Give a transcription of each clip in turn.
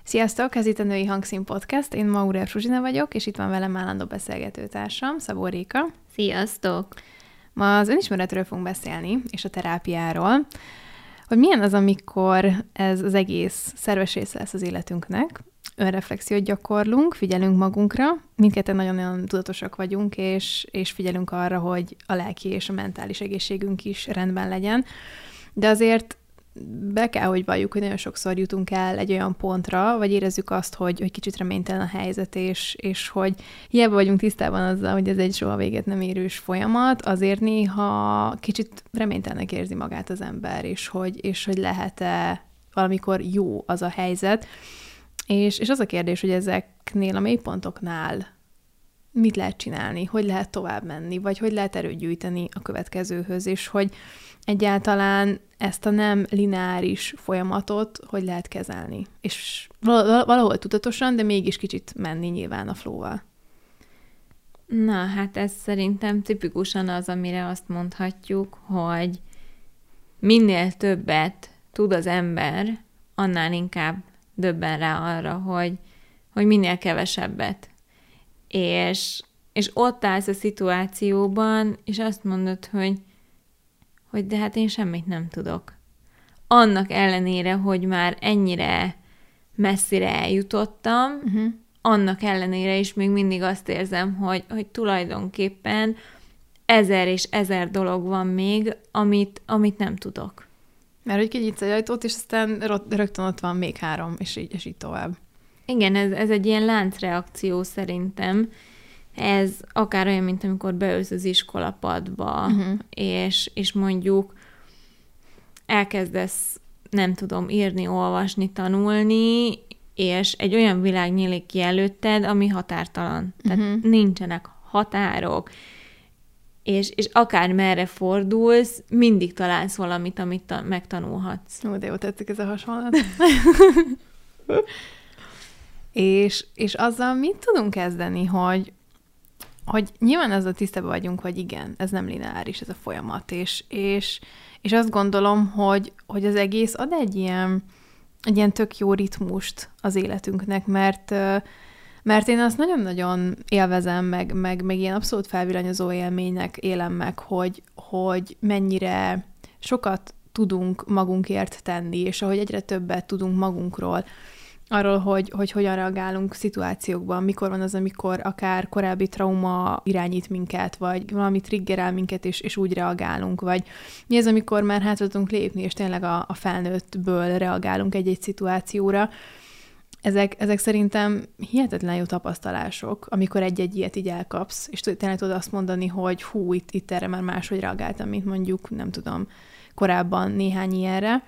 Sziasztok, ez itt a Női Hangszín Podcast, én Maurer Fruzsina vagyok, és itt van velem állandó beszélgetőtársam, Szabó Réka. Sziasztok! Ma az önismeretről fogunk beszélni, és a terápiáról, hogy milyen az, amikor ez az egész szerves része lesz az életünknek, önreflexiót gyakorlunk, figyelünk magunkra, mindketten nagyon-nagyon tudatosak vagyunk, és figyelünk arra, hogy a lelki és a mentális egészségünk is rendben legyen, de azért be kell, hogy valljuk, hogy nagyon sokszor jutunk el egy olyan pontra, vagy érezzük azt, hogy kicsit reménytelen a helyzet, és hogy hiába vagyunk tisztában azzal, hogy ez egy soha véget nem érős folyamat, azért néha kicsit reménytelenek érzi magát az ember, és hogy lehet-e valamikor jó az a helyzet. És az a kérdés, hogy ezeknél a mélypontoknál mit lehet csinálni, hogy lehet tovább menni, vagy hogy lehet erőt gyűjteni a következőhöz, és hogy egyáltalán ezt a nem lineáris folyamatot hogy lehet kezelni. És valahol tudatosan, de mégis kicsit menni nyilván a flow-val. Na, hát ez szerintem tipikusan az, amire azt mondhatjuk, hogy minél többet tud az ember, annál inkább döbben rá arra, hogy minél kevesebbet. És ott állsz a szituációban, és azt mondod, hogy de hát én semmit nem tudok. Annak ellenére, hogy már ennyire messzire eljutottam, annak ellenére is még mindig azt érzem, hogy tulajdonképpen 1000 és 1000 dolog van még, amit nem tudok. Mert hogy kinyitsz egy ajtót, és aztán rögtön ott van még 3, és így tovább. Igen, ez egy ilyen láncreakció szerintem. Ez akár olyan, mint amikor beülsz az iskolapadba, és mondjuk elkezdesz, nem tudom, írni, olvasni, tanulni, és egy olyan világ nyílik ki előtted, ami határtalan. Tehát nincsenek határok, és akár merre fordulsz, mindig találsz valamit, amit megtanulhatsz. Ó, de jó tetszik ez a hasonlat. és azzal mit tudunk kezdeni, hogy nyilván azzal tisztában vagyunk, hogy igen, ez nem lineáris ez a folyamat, és azt gondolom, hogy az egész ad egy ilyen tök jó ritmust az életünknek, mert én azt nagyon-nagyon élvezem, meg ilyen abszolút felvillanyozó élménynek élem meg, hogy mennyire sokat tudunk magunkért tenni, és ahogy egyre többet tudunk magunkról, arról, hogy hogyan reagálunk szituációkban, mikor van az, amikor akár korábbi trauma irányít minket, vagy valami triggerel minket, és úgy reagálunk, vagy mi az, amikor már hátra tudunk lépni, és tényleg a felnőttből reagálunk egy-egy szituációra. Ezek szerintem hihetetlen jó tapasztalások, amikor egy-egy ilyet így elkapsz, és tényleg tudod azt mondani, hogy hú, itt erre már máshogy reagáltam, mint mondjuk, nem tudom, korábban néhány ilyenre,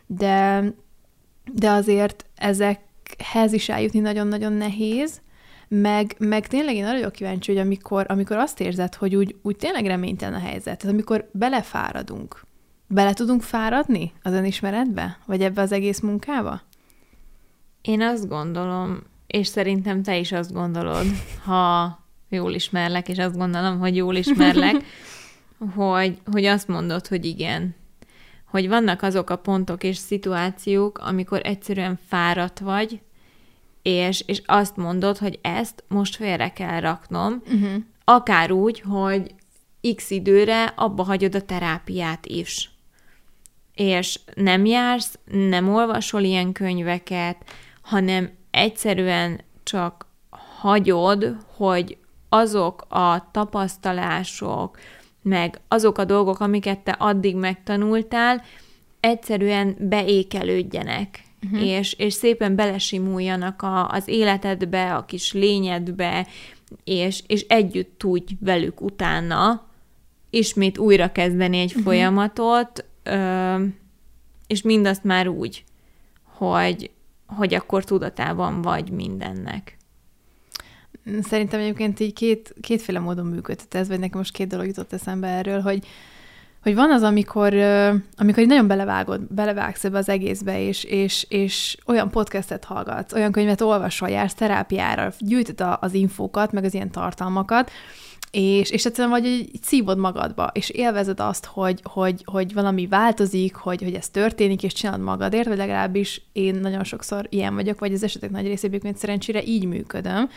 de azért ezekhez is eljutni nagyon-nagyon nehéz, meg tényleg én arra vagyok kíváncsi, hogy amikor azt érzed, hogy úgy tényleg reménytelen a helyzet, tehát amikor belefáradunk, bele tudunk fáradni az önismeretbe, vagy ebbe az egész munkába? Én azt gondolom, és szerintem te is azt gondolod, ha jól ismerlek, és azt gondolom, hogy jól ismerlek, hogy azt mondod, hogy igen. Hogy vannak azok a pontok és szituációk, amikor egyszerűen fáradt vagy, és azt mondod, hogy ezt most félre kell raknom, akár úgy, hogy x időre abba hagyod a terápiát is. És nem jársz, nem olvasol ilyen könyveket, hanem egyszerűen csak hagyod, hogy azok a tapasztalások, meg azok a dolgok, amiket te addig megtanultál, egyszerűen beékelődjenek, és szépen belesimuljanak az életedbe, a kis lényedbe, és együtt tudj velük utána ismét újra kezdeni egy folyamatot, és mindazt már úgy, hogy akkor tudatában vagy mindennek. Szerintem egyébként így kétféle módon működhet ez, vagy nekem most 2 dolog jutott eszembe erről, hogy van az, amikor így nagyon belevágsz ebbe az egészbe, és olyan podcastet hallgatsz, olyan könyvet olvasol, jársz terápiára, gyűjtöd az infókat, meg az ilyen tartalmakat, és egyszerűen vagy így szívod magadba, és élvezed azt, hogy valami változik, hogy ez történik, és csinálod magadért, vagy legalábbis én nagyon sokszor ilyen vagyok, vagy az esetek nagy részében, mint szerencsére így működöm,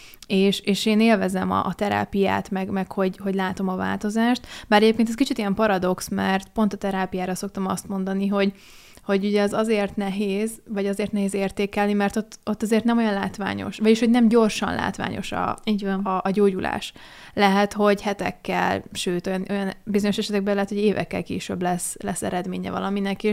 és én élvezem a terápiát, meg hogy látom a változást. Bár egyébként ez kicsit ilyen paradox, mert pont a terápiára szoktam azt mondani, hogy ugye az azért nehéz, vagy azért nehéz értékelni, mert ott azért nem olyan látványos, vagyis hogy nem gyorsan látványos a gyógyulás. Lehet, hogy hetekkel, sőt, olyan bizonyos esetekben lehet, hogy évekkel később lesz eredménye valaminek,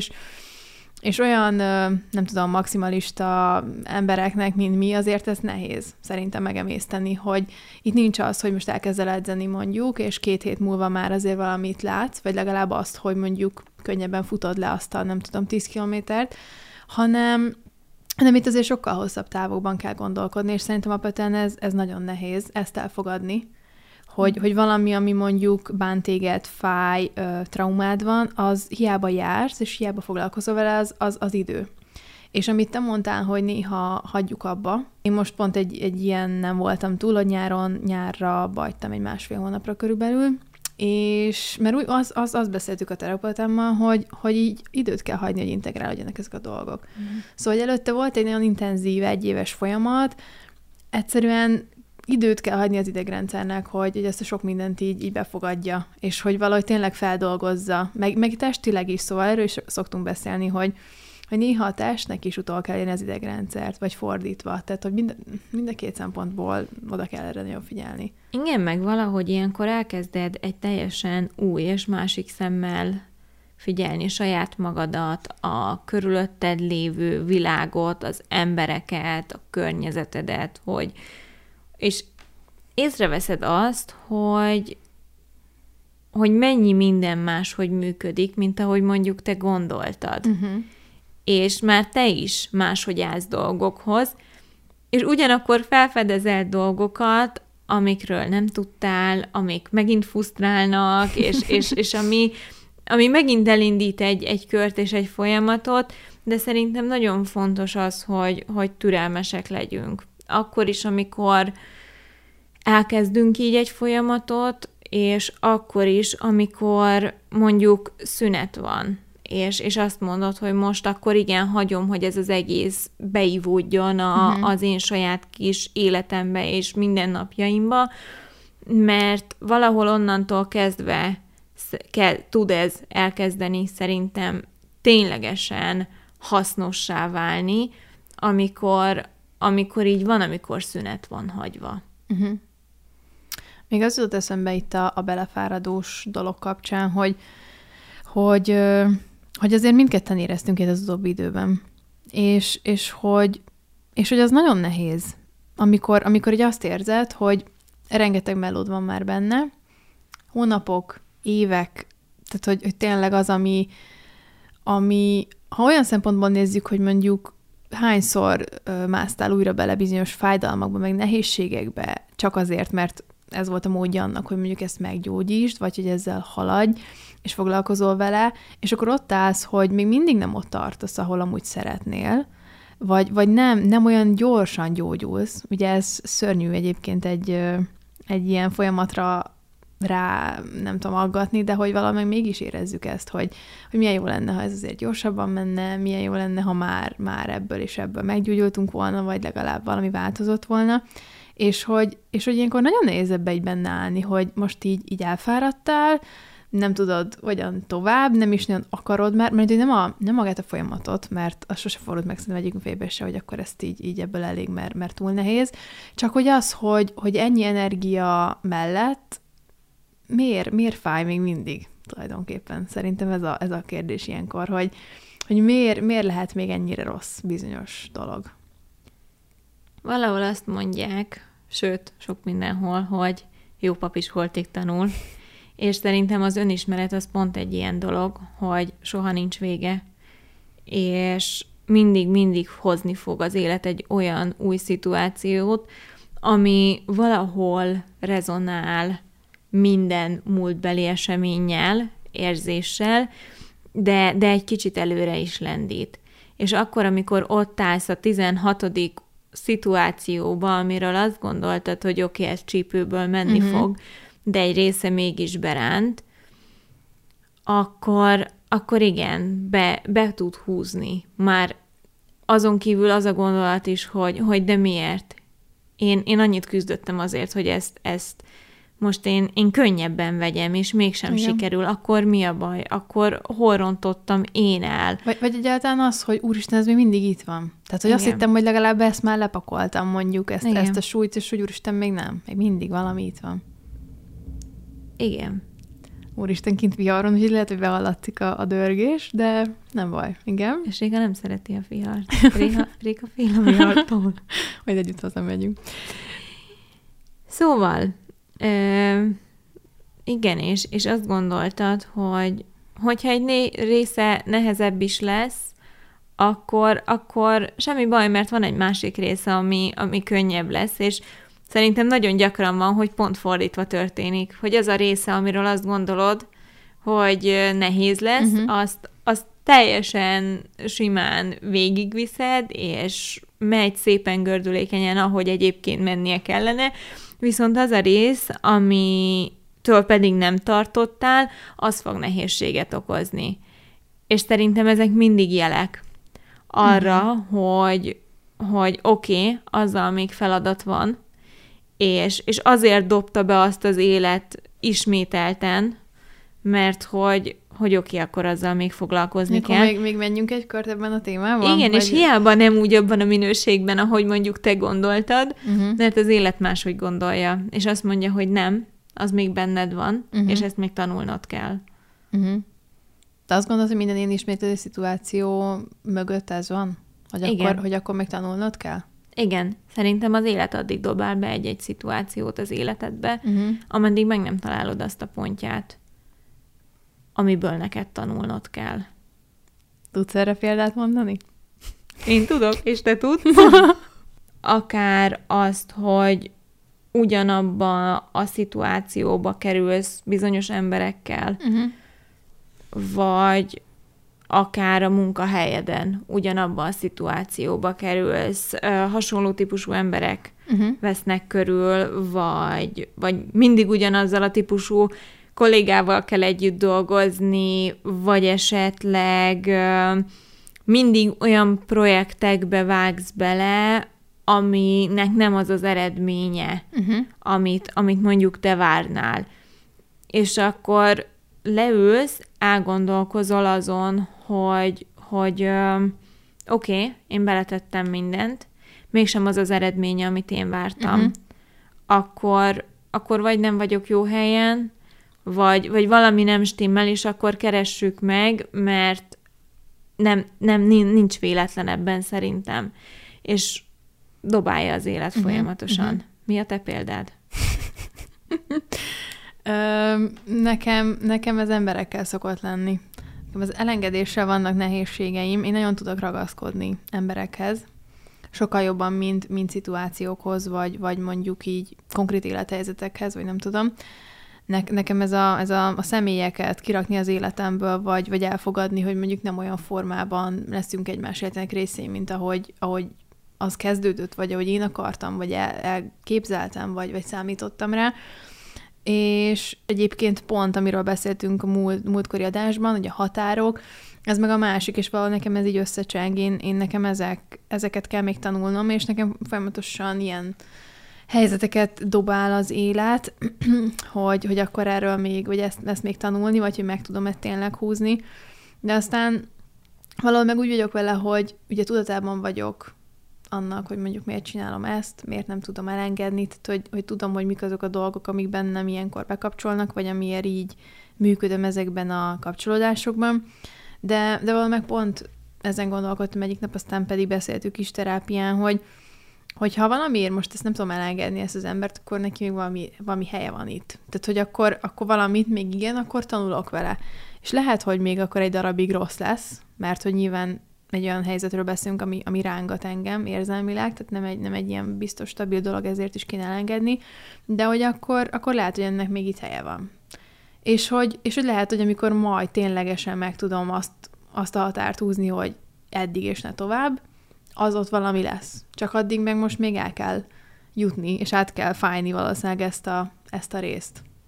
és olyan, nem tudom, maximalista embereknek, mint mi, azért ez nehéz szerintem megemészteni, hogy itt nincs az, hogy most elkezzel edzeni mondjuk, és 2 hét múlva már azért valamit látsz, vagy legalább azt, hogy mondjuk könnyebben futod le azt a, nem tudom, 10 kilométert, hanem itt azért sokkal hosszabb távokban kell gondolkodni, és szerintem alapvetően ez nagyon nehéz, ezt elfogadni, hogy valami, ami mondjuk bánt téged, fáj, traumád van, az hiába jársz, és hiába foglalkozol vele, az idő. És amit te mondtál, hogy néha hagyjuk abba, én most pont egy ilyen nem voltam túl, hogy nyárra hagytam egy 1,5 hónapra körülbelül, és mert azt beszéltük a terapeutámmal, hogy így időt kell hagyni, hogy integrálódjanak ezek a dolgok. Szóval előtte volt egy nagyon intenzív 1 éves folyamat, egyszerűen időt kell hagyni az idegrendszernek, hogy ezt a sok mindent így befogadja, és hogy valahogy tényleg feldolgozza, meg testileg is, szóval erről is szoktunk beszélni, hogy néha a testnek is utol kell érni az idegrendszert, vagy fordítva, tehát hogy mind a 2 szempontból oda kell erre nagyon figyelni. Igen, meg valahogy ilyenkor elkezded egy teljesen új és másik szemmel figyelni saját magadat, a körülötted lévő világot, az embereket, a környezetedet, és észreveszed azt, hogy mennyi minden máshogy működik, mint ahogy mondjuk te gondoltad. És már te is máshogy állsz dolgokhoz, és ugyanakkor felfedezel dolgokat, amikről nem tudtál, amik megint frusztrálnak, és ami megint elindít egy kört és egy folyamatot, de szerintem nagyon fontos az, hogy türelmesek legyünk. Akkor is, amikor elkezdünk így egy folyamatot, és akkor is, amikor mondjuk szünet van, és azt mondod, hogy most akkor igen, hagyom, hogy ez az egész beivódjon az én saját kis életembe és mindennapjaimba, mert valahol onnantól kezdve tud ez elkezdeni szerintem ténylegesen hasznossá válni, amikor így van, amikor szünet van hagyva. Még az jutott eszembe itt a belefáradós dolog kapcsán, hogy azért mindketten éreztünk itt az utóbbi időben. És hogy az nagyon nehéz, amikor így azt érzed, hogy rengeteg melód van már benne, hónapok, évek, tehát hogy tényleg az, ami ha olyan szempontból nézzük, hogy mondjuk hányszor másztál újra bele bizonyos fájdalmakba, meg nehézségekbe, csak azért, mert ez volt a módja annak, hogy mondjuk ezt meggyógyítsd, vagy hogy ezzel haladj, és foglalkozol vele, és akkor ott állsz, hogy még mindig nem ott tartasz, ahol amúgy szeretnél, vagy nem olyan gyorsan gyógyulsz. Ugye ez szörnyű egyébként egy ilyen folyamatra rá nem tudom aggatni, de hogy valami mégis érezzük ezt, hogy milyen jó lenne, ha ez azért gyorsabban menne, milyen jó lenne, ha már ebből és ebből meggyógyultunk volna, vagy legalább valami változott volna, és hogy ilyenkor nagyon nehéz ebbe így benne állni, hogy most így elfáradtál, nem tudod hogyan tovább, nem is nagyon akarod már, mert nem magát a folyamatot, mert az sose fordult meg szerintem egyikünk fejbe se, hogy akkor ezt így ebből elég, mert túl nehéz, csak hogy az, hogy ennyi energia mellett miért fáj még mindig tulajdonképpen? Szerintem ez a kérdés ilyenkor, hogy miért lehet még ennyire rossz bizonyos dolog. Valahol azt mondják, sőt, sok mindenhol, hogy jó pap is holtig tanul, és szerintem az önismeret az pont egy ilyen dolog, hogy soha nincs vége, és mindig hozni fog az élet egy olyan új szituációt, ami valahol rezonál minden múltbeli eseménnyel, érzéssel, de egy kicsit előre is lendít. És akkor, amikor ott állsz a 16. szituációba, amiről azt gondoltad, hogy oké, ez csípőből menni fog, de egy része mégis beránt, akkor igen, be tud húzni. Már azon kívül az a gondolat is, hogy de miért? Én annyit küzdöttem azért, hogy ezt most én könnyebben vegyem, és mégsem igen. sikerül, akkor mi a baj? Akkor hol rontottam én el? Vagy egyáltalán az, hogy úristen, ez még mindig itt van. Tehát, hogy igen. azt hittem, hogy legalább ezt már lepakoltam, mondjuk, ezt a súlyt, és hogy úristen, még nem. Még mindig valami itt van. Igen. Úristen, kint viharon, úgyhogy lehet, hogy behallatszik a dörgés, de nem baj. Igen. És Réka nem szereti a vihart. Réka fél a vihartól. Majd együtt hazamegyünk. Szóval, igen, és azt gondoltad, hogyha egy része nehezebb is lesz, akkor semmi baj, mert van egy másik része, ami könnyebb lesz, és szerintem nagyon gyakran van, hogy pont fordítva történik, hogy az a része, amiről azt gondolod, hogy nehéz lesz, azt teljesen simán végigviszed, és megy szépen gördülékenyen, ahogy egyébként mennie kellene, viszont az a rész, amitől pedig nem tartottál, az fog nehézséget okozni. És szerintem ezek mindig jelek arra, hogy oké, azzal még feladat van, és azért dobta be azt az élet ismételten, mert hogy oké, akkor azzal még foglalkozni kell. Még menjünk egy kört ebben a témában? Igen, és hiába nem úgy abban a minőségben, ahogy mondjuk te gondoltad, mert az élet máshogy gondolja, és azt mondja, hogy nem, az még benned van, és ezt még tanulnod kell. Te azt gondolod, hogy minden ilyen ismétlődő szituáció mögött ez van? Hogy akkor még tanulnod kell? Igen, szerintem az élet addig dobál be egy-egy szituációt az életedbe, ameddig meg nem találod azt a pontját, amiből neked tanulnod kell. Tudsz erre példát mondani? Én tudok, és te tudsz. Akár azt, hogy ugyanabba a szituációba kerülsz bizonyos emberekkel, vagy akár a munkahelyeden ugyanabba a szituációba kerülsz, hasonló típusú emberek vesznek körül, vagy mindig ugyanazzal a típusú kollégával kell együtt dolgozni, vagy esetleg mindig olyan projektekbe vágsz bele, aminek nem az az eredménye, amit mondjuk te várnál. És akkor leülsz, elgondolkozol azon, hogy oké, én beletettem mindent, mégsem az az eredménye, amit én vártam. Akkor vagy nem vagyok jó helyen, vagy valami nem stimmel, és akkor keressük meg, mert nincs véletlen ebben szerintem. És dobálja az élet folyamatosan. Mi a te példád? Nekem ez emberekkel szokott lenni. Az elengedéssel vannak nehézségeim. Én nagyon tudok ragaszkodni emberekhez. Sokkal jobban, mint szituációkhoz, vagy mondjuk így konkrét élethelyzetekhez, vagy nem tudom. Nekem ez a személyeket kirakni az életemből, vagy elfogadni, hogy mondjuk nem olyan formában leszünk egymás életének részén, mint ahogy az kezdődött, vagy ahogy én akartam, vagy elképzeltem, vagy számítottam rá. És egyébként pont, amiről beszéltünk a múltkori adásban, hogy a határok, ez meg a másik, és valahogy nekem ez így összecseng, én nekem ezeket kell még tanulnom, és nekem folyamatosan ilyen helyzeteket dobál az élet, hogy akkor erről még, vagy ezt még tanulni, vagy hogy meg tudom ezt tényleg húzni. De aztán valahogy meg úgy vagyok vele, hogy ugye tudatában vagyok annak, hogy mondjuk miért csinálom ezt, miért nem tudom elengedni, tehát hogy tudom, hogy mik azok a dolgok, amik bennem ilyenkor bekapcsolnak, vagy amiért így működöm ezekben a kapcsolódásokban. De valahogy meg pont ezen gondolkodtam egyik nap, aztán pedig beszéltük is terápián, hogy ha valamiért most ezt nem tudom elengedni, ezt az embert, akkor neki még valami helye van itt. Tehát, hogy akkor valamit még igen, akkor tanulok vele. És lehet, hogy még akkor egy darabig rossz lesz, mert hogy nyilván egy olyan helyzetről beszélünk, ami rángat engem érzelmileg, tehát nem egy ilyen biztos, stabil dolog, ezért is kéne elengedni, de hogy akkor lehet, hogy ennek még itt helye van. És hogy lehet, hogy amikor majd ténylegesen meg tudom azt a határt húzni, hogy eddig és ne tovább, az ott valami lesz. Csak addig meg most még el kell jutni, és át kell fájni valószínűleg ezt a részt.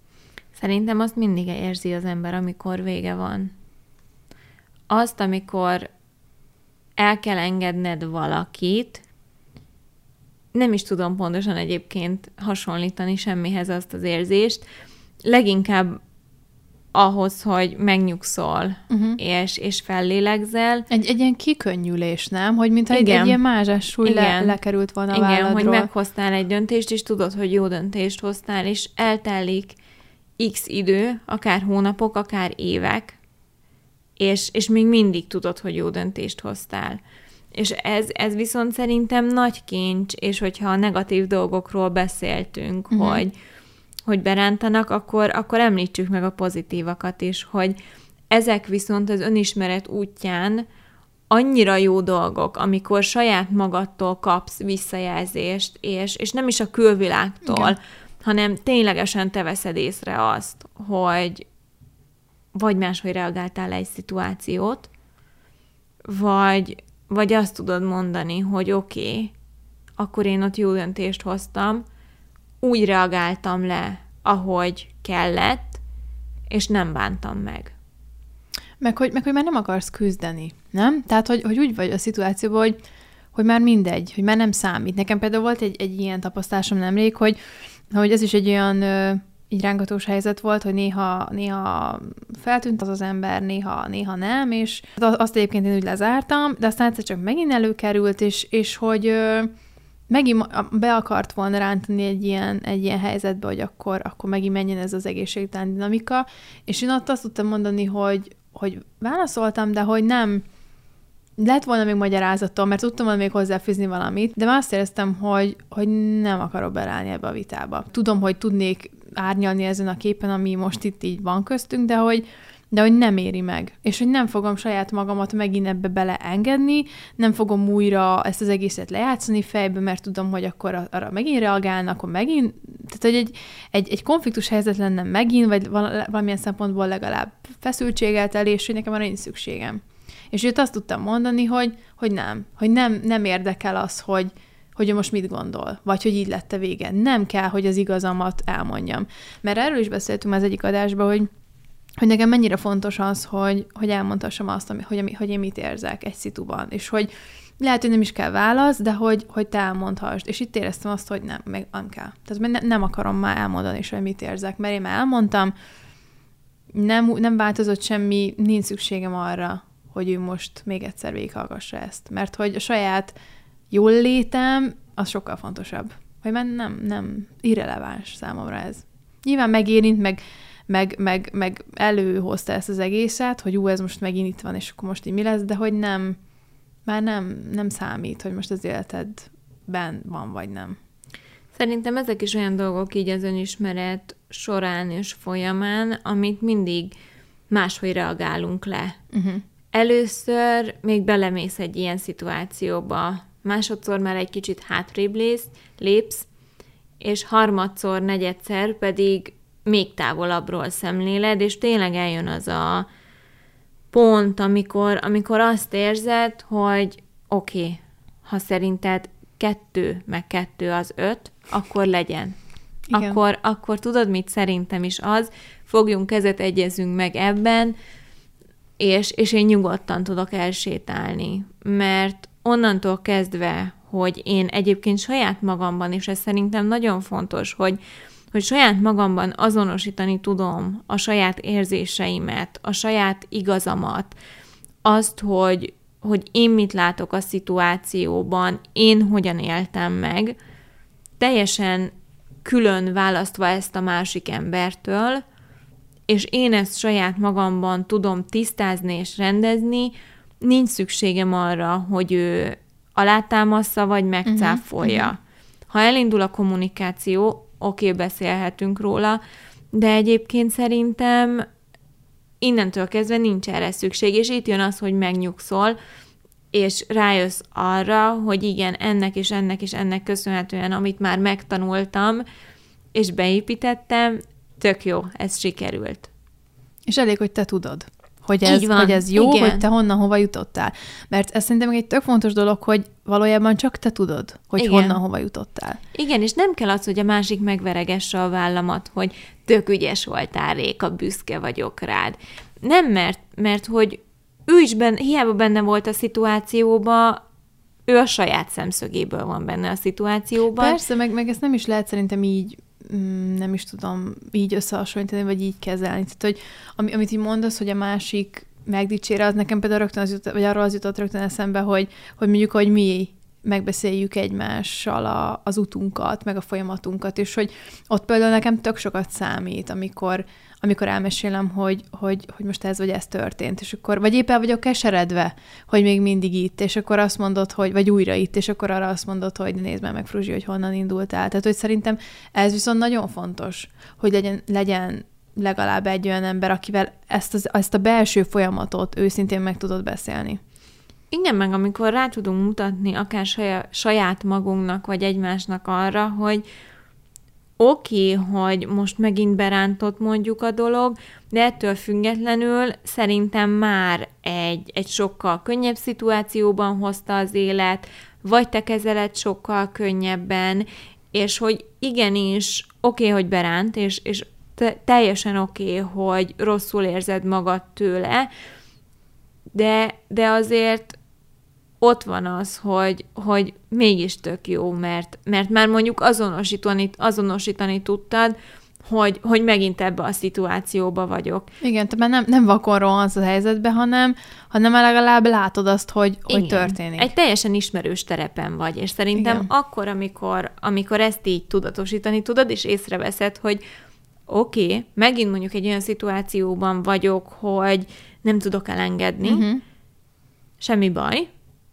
Szerintem azt mindig érzi az ember, amikor vége van. Azt, amikor el kell engedned valakit, nem is tudom pontosan egyébként hasonlítani semmihez azt az érzést, leginkább ahhoz, hogy megnyugszol, és fellélegzel. Egy ilyen kikönnyülés, nem? Hogy mintha egy ilyen mázsás súly lekerült volna a válladról. Igen, hogy meghoztál egy döntést, és tudod, hogy jó döntést hoztál, és eltelik X idő, akár hónapok, akár évek, és még mindig tudod, hogy jó döntést hoztál. És ez viszont szerintem nagy kincs, és hogyha a negatív dolgokról beszéltünk, hogy berántanak, akkor említsük meg a pozitívakat is, hogy ezek viszont az önismeret útján annyira jó dolgok, amikor saját magadtól kapsz visszajelzést, és nem is a külvilágtól, hanem ténylegesen te veszed észre azt, hogy vagy máshogy reagáltál egy szituációt, vagy azt tudod mondani, hogy oké, akkor én ott jó döntést hoztam, úgy reagáltam le, ahogy kellett, és nem bántam meg. Meg hogy már nem akarsz küzdeni, nem? Tehát, hogy úgy vagy a szituációban, hogy már mindegy, hogy már nem számít. Nekem például volt egy ilyen tapasztalásom nemrég, hogy ez is egy olyan így rángatós helyzet volt, hogy néha feltűnt az ember, néha nem, és azt egyébként én úgy lezártam, de aztán egyszer csak megint előkerült, és hogy megint be akart volna rántani egy ilyen helyzetbe, hogy akkor megint menjen ez az egészségtelen dinamika, és én ott azt tudtam mondani, hogy válaszoltam, de hogy nem, lett volna még magyarázatom, mert tudtam volna még hozzáfűzni valamit, de már azt éreztem, hogy nem akarok belállni ebbe a vitába. Tudom, hogy tudnék árnyalni ezen a képen, ami most itt így van köztünk, de hogy nem éri meg. És hogy nem fogom saját magamat megint ebbe beleengedni, nem fogom újra ezt az egészet lejátszani fejbe, mert tudom, hogy akkor arra megint reagálnak, akkor megint, tehát hogy egy konfliktus helyzet lenne megint, vagy valamilyen szempontból legalább feszültségeltelés, hogy nekem arra nincs szükségem. És itt azt tudtam mondani, hogy nem érdekel az, hogy most mit gondol, vagy hogy így lett a vége. Nem kell, hogy az igazamat elmondjam. Mert erről is beszéltünk az egyik adásban, hogy nekem mennyire fontos az, hogy elmondhassam azt, hogy én mit érzek egy szituban, és hogy lehet, hogy nem is kell válasz, de hogy te elmondhassd. És itt éreztem azt, hogy nem kell. Tehát nem akarom már elmondani is, hogy mit érzek, mert én már elmondtam, nem változott semmi, nincs szükségem arra, hogy ő most még egyszer végighallgassa ezt. Mert hogy a saját jól létem, az sokkal fontosabb. Vagy már nem irreleváns számomra ez. Nyilván megérint, meg előhozta ezt az egészet, hogy ez most megint itt van, és akkor most így mi lesz, de hogy már nem számít, hogy most az életedben van, vagy nem. Szerintem ezek is olyan dolgok így az önismeret során és folyamán, amit mindig máshogy reagálunk le. Először még belemész egy ilyen szituációba, másodszor már egy kicsit hátrébb lépsz, és harmadszor, negyedszer pedig még távolabbról szemléled, és tényleg eljön az a pont, amikor azt érzed, hogy oké, ha szerinted 2 + 2 az 5, akkor legyen. Akkor tudod, mit szerintem is az, fogjunk kezet, egyezünk meg ebben, és én nyugodtan tudok elsétálni, mert onnantól kezdve, hogy én egyébként saját magamban, és ez szerintem nagyon fontos, hogy saját magamban azonosítani tudom a saját érzéseimet, a saját igazamat, azt, hogy én mit látok a szituációban, én hogyan éltem meg, teljesen külön választva ezt a másik embertől, és én ezt saját magamban tudom tisztázni és rendezni, nincs szükségem arra, hogy ő alátámassza, vagy megcáfolja. Ha elindul a kommunikáció, oké, beszélhetünk róla, de egyébként szerintem innentől kezdve nincs erre szükség, és itt jön az, hogy megnyugszol, és rájössz arra, hogy igen, ennek és ennek és ennek köszönhetően, amit már megtanultam, és beépítettem, tök jó, ez sikerült. És elég, hogy te tudod. hogy ez jó, igen, hogy te honnan, hova jutottál. Mert ez szerintem egy tök fontos dolog, hogy valójában csak te tudod, hogy igen, honnan, hova jutottál. Igen, és nem kell az, hogy a másik megveregesse a vállamat, hogy tök ügyes voltál, Réka, büszke vagyok rád. Nem, mert hogy ő is hiába benne volt a szituációban, ő a saját szemszögéből van benne a szituációban. Persze, meg ezt nem is lehet szerintem így, nem is tudom, így összehasonlítani, vagy így kezelni. Tehát, hogy amit így mondasz, hogy a másik megdicsére, az nekem például rögtön vagy arról az jutott rögtön eszembe, hogy mondjuk, hogy mi megbeszéljük egymással az utunkat, meg a folyamatunkat, és hogy ott például nekem tök sokat számít, amikor elmesélem, hogy most ez vagy ez történt, és akkor, vagy éppen vagyok keseredve, hogy még mindig itt, és akkor azt mondod, hogy, vagy újra itt, és akkor arra azt mondod, hogy nézd meg Fruzsi, hogy honnan indultál. Tehát, hogy szerintem ez viszont nagyon fontos, hogy legyen legalább egy olyan ember, akivel ezt a belső folyamatot őszintén meg tudod beszélni. Igen, meg amikor rá tudunk mutatni akár saját magunknak, vagy egymásnak arra, hogy oké, hogy most megint berántott mondjuk a dolog, de ettől függetlenül szerintem már egy sokkal könnyebb szituációban hozta az élet, vagy te kezeled sokkal könnyebben, és hogy igenis oké, hogy beránt, és teljesen oké, hogy rosszul érzed magad tőle, de azért ott van az, hogy mégis tök jó, mert már mondjuk azonosítani tudtad, hogy megint ebbe a szituációba vagyok. Igen, tehát már nem vakon rohansz a helyzetbe, hanem legalább látod azt, hogy történik. Egy teljesen ismerős terepen vagy, és szerintem igen, akkor, amikor ezt így tudatosítani tudod, és észreveszed, hogy oké, megint mondjuk egy olyan szituációban vagyok, hogy nem tudok elengedni, semmi baj,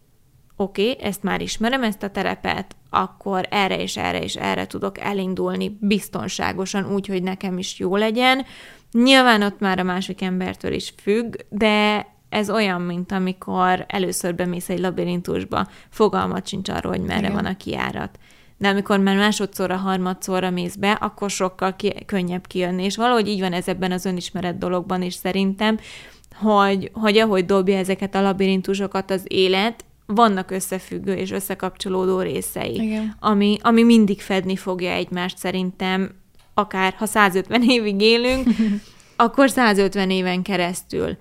oké, ezt már ismerem, ezt a terepet, akkor erre és erre és erre tudok elindulni biztonságosan, úgy, hogy nekem is jó legyen. Nyilván ott már a másik embertől is függ, de ez olyan, mint amikor először bemész egy labirintusba, fogalmat sincs arról, hogy merre igen, van a kijárat. De amikor már másodszorra, harmadszorra mész be, akkor sokkal könnyebb kijönni. És valahogy így van ez ebben az önismeret dologban is szerintem, hogy ahogy dobja ezeket a labirintusokat az élet, vannak összefüggő és összekapcsolódó részei, ami mindig fedni fogja egymást szerintem, akár ha 150 évig élünk, akkor 150 éven keresztül.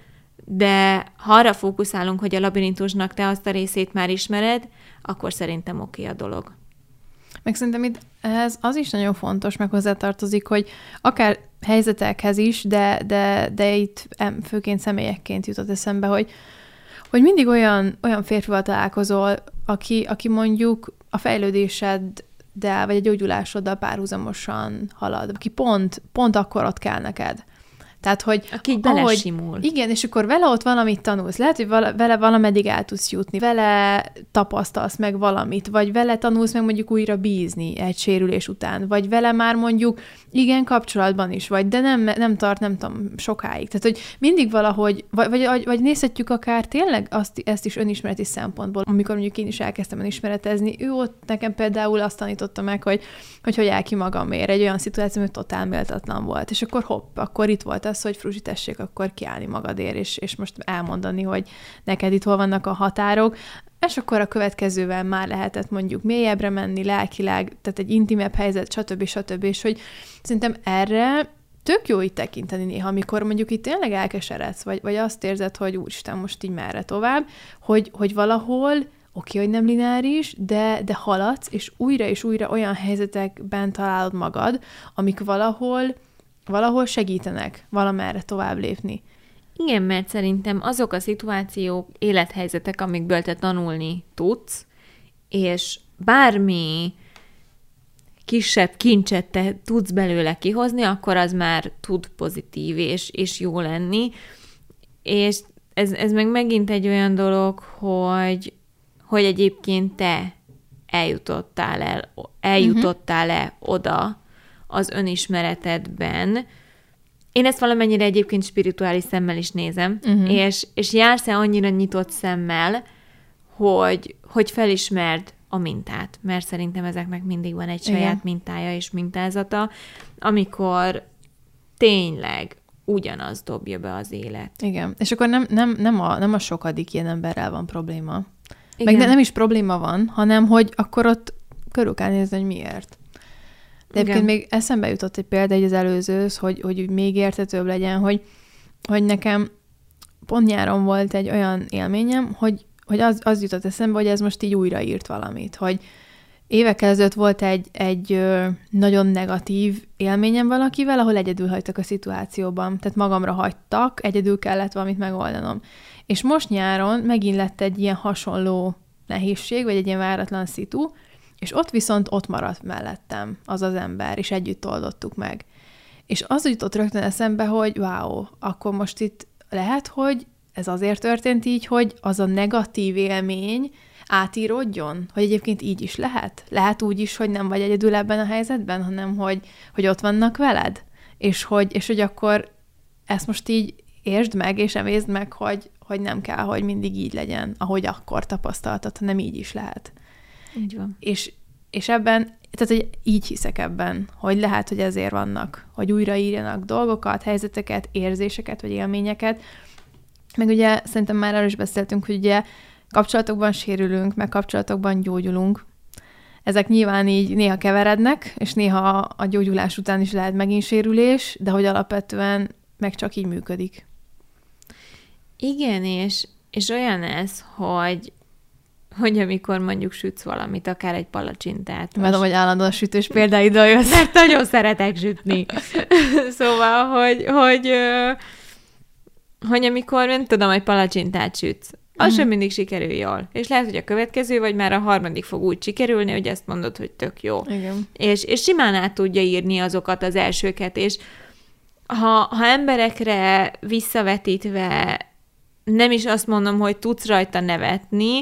De ha arra fókuszálunk, hogy a labirintusnak te azt a részét már ismered, akkor szerintem oké a dolog. Meg szerintem itt ez az is nagyon fontos, meg hozzátartozik, hogy akár helyzetekhez is, de itt főként személyekként jutott eszembe, hogy mindig olyan férfival találkozol, aki mondjuk a fejlődéseddel, vagy a gyógyulásoddal párhuzamosan halad, aki pont akkor ott kell neked. Tehát, hogy aki így belesimul. Igen, és akkor vele ott valamit tanulsz. Lehet, hogy vele valameddig el tudsz jutni, vele tapasztalsz meg valamit, vagy vele tanulsz meg mondjuk újra bízni egy sérülés után, vagy vele már mondjuk igen, kapcsolatban is vagy, de nem tart, nem tudom, sokáig. Tehát, hogy mindig valahogy, vagy nézhetjük akár tényleg ezt is önismereti szempontból. Amikor mondjuk én is elkezdtem önismeretezni, ő ott nekem például azt tanította meg, hogy áll ki magamért egy olyan szituáció, hogy totál méltatlan volt. És akkor akkor itt volt az, hogy Fruzsi, tessék akkor kiállni magadért, és most elmondani, hogy neked itt hol vannak a határok, és akkor a következővel már lehetett mondjuk mélyebbre menni, lelkileg, tehát egy intimebb helyzet, stb. És hogy szerintem erre tök jó így tekinteni néha, amikor mondjuk itt tényleg elkeseredsz, vagy azt érzed, hogy úristen, most így merre tovább, hogy valahol oké, hogy nem lineáris, de haladsz, és újra olyan helyzetekben találod magad, amik valahol segítenek valamerre tovább lépni. Igen, mert szerintem azok a szituációk, élethelyzetek, amikből te tanulni tudsz, és bármi kisebb kincset te tudsz belőle kihozni, akkor az már tud pozitív és jó lenni. És ez meg megint egy olyan dolog, hogy egyébként te eljutottál-e oda az önismeretedben. Én ezt valamennyire egyébként spirituális szemmel is nézem, és jársz-e annyira nyitott szemmel, hogy felismerd a mintát, mert szerintem ezeknek mindig van egy saját mintája és mintázata, amikor tényleg ugyanaz dobja be az élet. Igen. És akkor nem a sokadik ilyen emberrel van probléma. Igen. Meg nem is probléma van, hanem hogy akkor ott körül kell nézni, hogy miért. De egyébként még eszembe jutott egy példa egy az előzőhöz, hogy még érthetőbb legyen, hogy nekem pont nyáron volt egy olyan élményem, hogy az jutott eszembe, hogy ez most így újraírt valamit, hogy évekkel ezelőtt volt egy nagyon negatív élményem valakivel, ahol egyedül hagytak a szituációban. Tehát magamra hagytak, egyedül kellett valamit megoldanom. És most nyáron megint lett egy ilyen hasonló nehézség, vagy egy ilyen váratlan szitu, és ott viszont ott maradt mellettem az az ember, és együtt oldottuk meg. És az jutott rögtön eszembe, hogy wow, akkor most itt lehet, hogy ez azért történt így, hogy az a negatív élmény átíródjon? Hogy egyébként így is lehet? Lehet úgy is, hogy nem vagy egyedül ebben a helyzetben, hanem hogy ott vannak veled? És hogy akkor ezt most így értsd meg, és emészd meg, hogy nem kell, hogy mindig így legyen, ahogy akkor tapasztaltad, hanem így is lehet. Így van. És ebben, tehát hogy így hiszek ebben, hogy lehet, hogy ezért vannak, hogy újraírjanak dolgokat, helyzeteket, érzéseket, vagy élményeket. Meg ugye szerintem már arról is beszéltünk, hogy ugye kapcsolatokban sérülünk, meg kapcsolatokban gyógyulunk. Ezek nyilván így néha keverednek, és néha a gyógyulás után is lehet megint sérülés, de hogy alapvetően meg csak így működik. Igen, és olyan ez, hogy amikor mondjuk sütsz valamit, akár egy palacsintát. Mert hogy állandóan sütős példáiddal jössz. Mert nagyon szeretek sütni. Szóval, hogy amikor, nem tudom, egy palacsintát sütsz, az sem mindig sikerül jól. És lehet, hogy a következő, vagy már a harmadik fog úgy sikerülni, hogy ezt mondod, hogy tök jó. Igen. És simán át tudja írni azokat az elsőket, és ha emberekre visszavetítve nem is azt mondom, hogy tudsz rajta nevetni,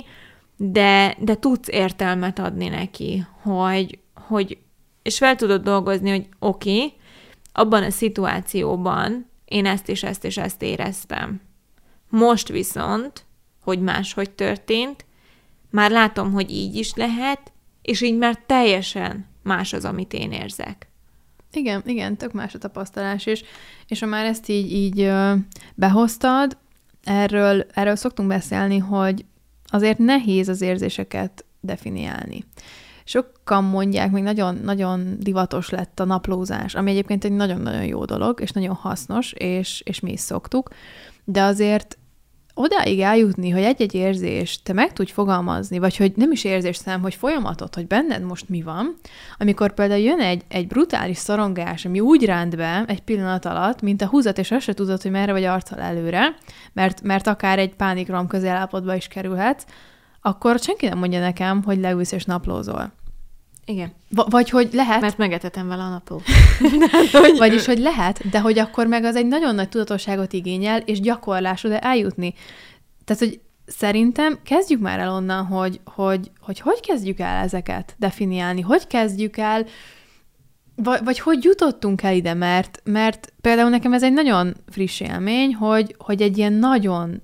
de tudsz értelmet adni neki, hogy és fel tudod dolgozni, hogy oké, abban a szituációban én ezt és ezt és ezt éreztem. Most viszont, hogy máshogy történt, már látom, hogy így is lehet, és így már teljesen más az, amit én érzek. Igen, tök más a tapasztalás, és ha már ezt így behoztad, erről szoktunk beszélni, hogy azért nehéz az érzéseket definiálni. Sokan mondják, még nagyon divatos lett a naplózás, ami egyébként egy nagyon-nagyon jó dolog, és nagyon hasznos, és mi is szoktuk, de azért odáig eljutni, hogy egy-egy érzést te meg tudj fogalmazni, vagy hogy nem is érzést, hanem hogy folyamatot, hogy benned most mi van, amikor például jön egy brutális szorongás, ami úgy ránt be egy pillanat alatt, mint a húzat, és azt se tudod, hogy merre vagy arccal előre, mert akár egy pánikroham közelállapotba is kerülhetsz, akkor senki nem mondja nekem, hogy leülsz és naplózol. Igen. Vagy hogy lehet... Mert megetetem vele a naplót. Vagyis, hogy lehet, de hogy akkor meg az egy nagyon nagy tudatosságot igényel, és gyakorlás oda eljutni. Tehát, hogy szerintem kezdjük már el onnan, hogy kezdjük el ezeket definiálni, hogy kezdjük el, vagy hogy jutottunk el ide, mert például nekem ez egy nagyon friss élmény, hogy egy ilyen nagyon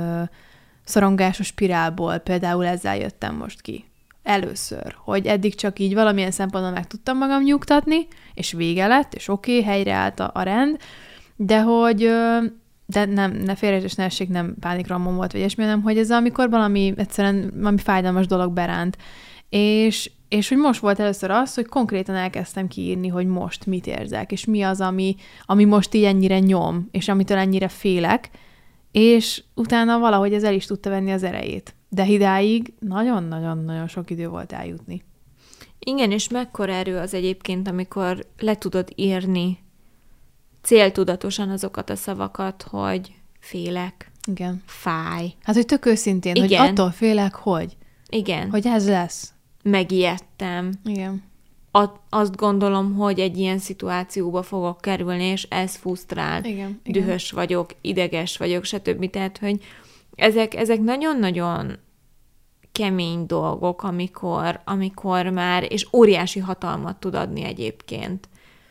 szorongásos spirálból például ezzel jöttem most ki. Először, hogy eddig csak így valamilyen szempontból meg tudtam magam nyugtatni, és vége lett, és oké, helyreállt a rend, de hogy, de nem, ne félreértés, ne essék, nem pánikrohamom volt, vagy ilyesmi, hanem hogy ez amikor valami fájdalmas dolog beránt. És hogy most volt először az, hogy konkrétan elkezdtem kiírni, hogy most mit érzek, és mi az, ami most így ennyire nyom, és amitől ennyire félek, és utána valahogy ez el is tudta venni az erejét. De idáig nagyon-nagyon-nagyon sok idő volt eljutni. Igen, és mekkora erő az egyébként, amikor le tudod írni céltudatosan azokat a szavakat, hogy félek, igen, fáj. Hát, hogy tök őszintén, igen, hogy attól félek, hogy? Igen. Hogy ez lesz. Megijedtem. Igen. Azt gondolom, hogy egy ilyen szituációba fogok kerülni, és ez frusztrál. Igen. Dühös vagyok, ideges vagyok, stb. Tehát, hogy ezek nagyon-nagyon kemény dolgok, amikor már, és óriási hatalmat tud adni egyébként,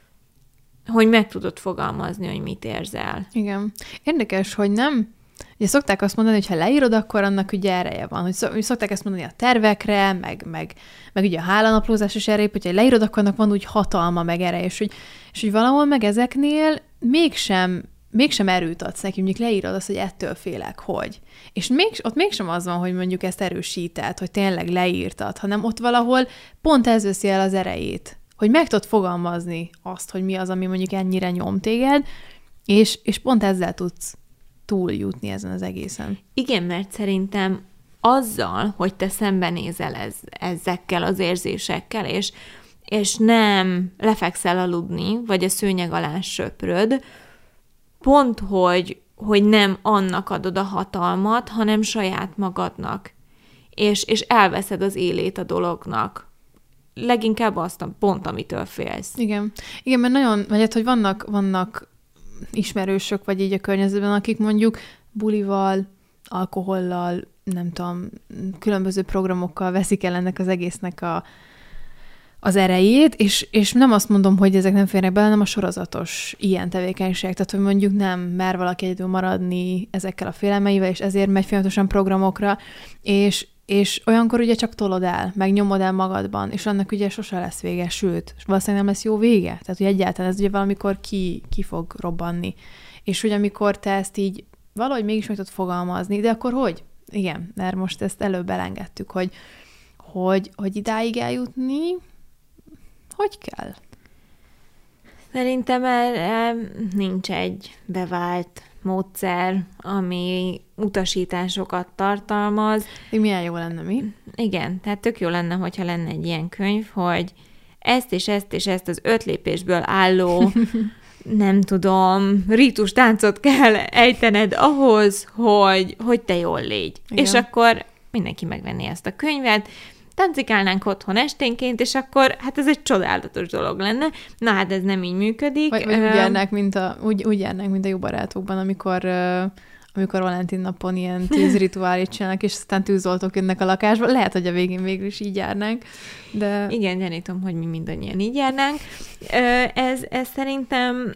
hogy meg tudod fogalmazni, hogy mit érzel. Igen. Érdekes, hogy nem... Ugye szokták azt mondani, hogy ha leírod, akkor annak ugye ereje van. Hogy szokták ezt mondani a tervekre, meg ugye a hálanaplózás is ereje, hogyha leírod, akkor annak van úgy hatalma, meg ereje. És hogy valahol meg ezeknél mégsem mégsem erőt adsz neki, mondjuk leírod azt, hogy ettől félek, hogy. És ott mégsem az van, hogy mondjuk ezt erősíted, hogy tényleg leírtad, hanem ott valahol pont ez veszi el az erejét, hogy meg tudod fogalmazni azt, hogy mi az, ami mondjuk ennyire nyom téged, és pont ezzel tudsz túljutni ezen az egészen. Igen, mert szerintem azzal, hogy te szembenézel ezekkel az érzésekkel, és nem lefekszel aludni, vagy a szőnyeg alá söpröd, pont, hogy nem annak adod a hatalmat, hanem saját magadnak. És elveszed az élét a dolognak. Leginkább azt pont, amitől félsz. Igen. Igen, mert nagyon, vagy hát, hogy vannak ismerősök, vagy így a környezetben, akik mondjuk bulival, alkohollal, nem tudom, különböző programokkal veszik el ennek az egésznek az erejét, és nem azt mondom, hogy ezek nem férnek bele, hanem a sorozatos ilyen tevékenység. Tehát, hogy mondjuk nem mer valaki egyedül maradni ezekkel a félelmeivel, és ezért megy folyamatosan programokra, és olyankor ugye csak tolod el, meg nyomod el magadban, és annak ugye sose lesz vége, sőt, valószínűleg nem lesz jó vége. Tehát, hogy egyáltalán ez ugye valamikor ki fog robbanni. És hogy amikor te ezt így valahogy mégis meg tudod fogalmazni, de akkor hogy? Igen, mert most ezt előbb elengedtük, hogy idáig eljutni, hogy kell? Szerintem erre nincs egy bevált módszer, ami utasításokat tartalmaz. Milyen jó lenne, mi? Igen, tehát tök jó lenne, hogyha lenne egy ilyen könyv, hogy ezt és ezt és ezt az 5 lépésből álló, nem tudom, rítus táncot kell ejtened ahhoz, hogy te jól légy. Igen. És akkor mindenki megvenné ezt a könyvet, tancikálnánk otthon esténként, és akkor hát ez egy csodálatos dolog lenne. Na hát ez nem így működik. Vagy úgy járnánk, mint a Jó barátokban, amikor Valentin napon ilyen tűzrituálét csinálnak, és aztán tűzoltók jönnek a lakásba. Lehet, hogy a végén végül is így járnánk. De... Igen, gyanítom, hogy mi mindannyian így járnánk. Ez szerintem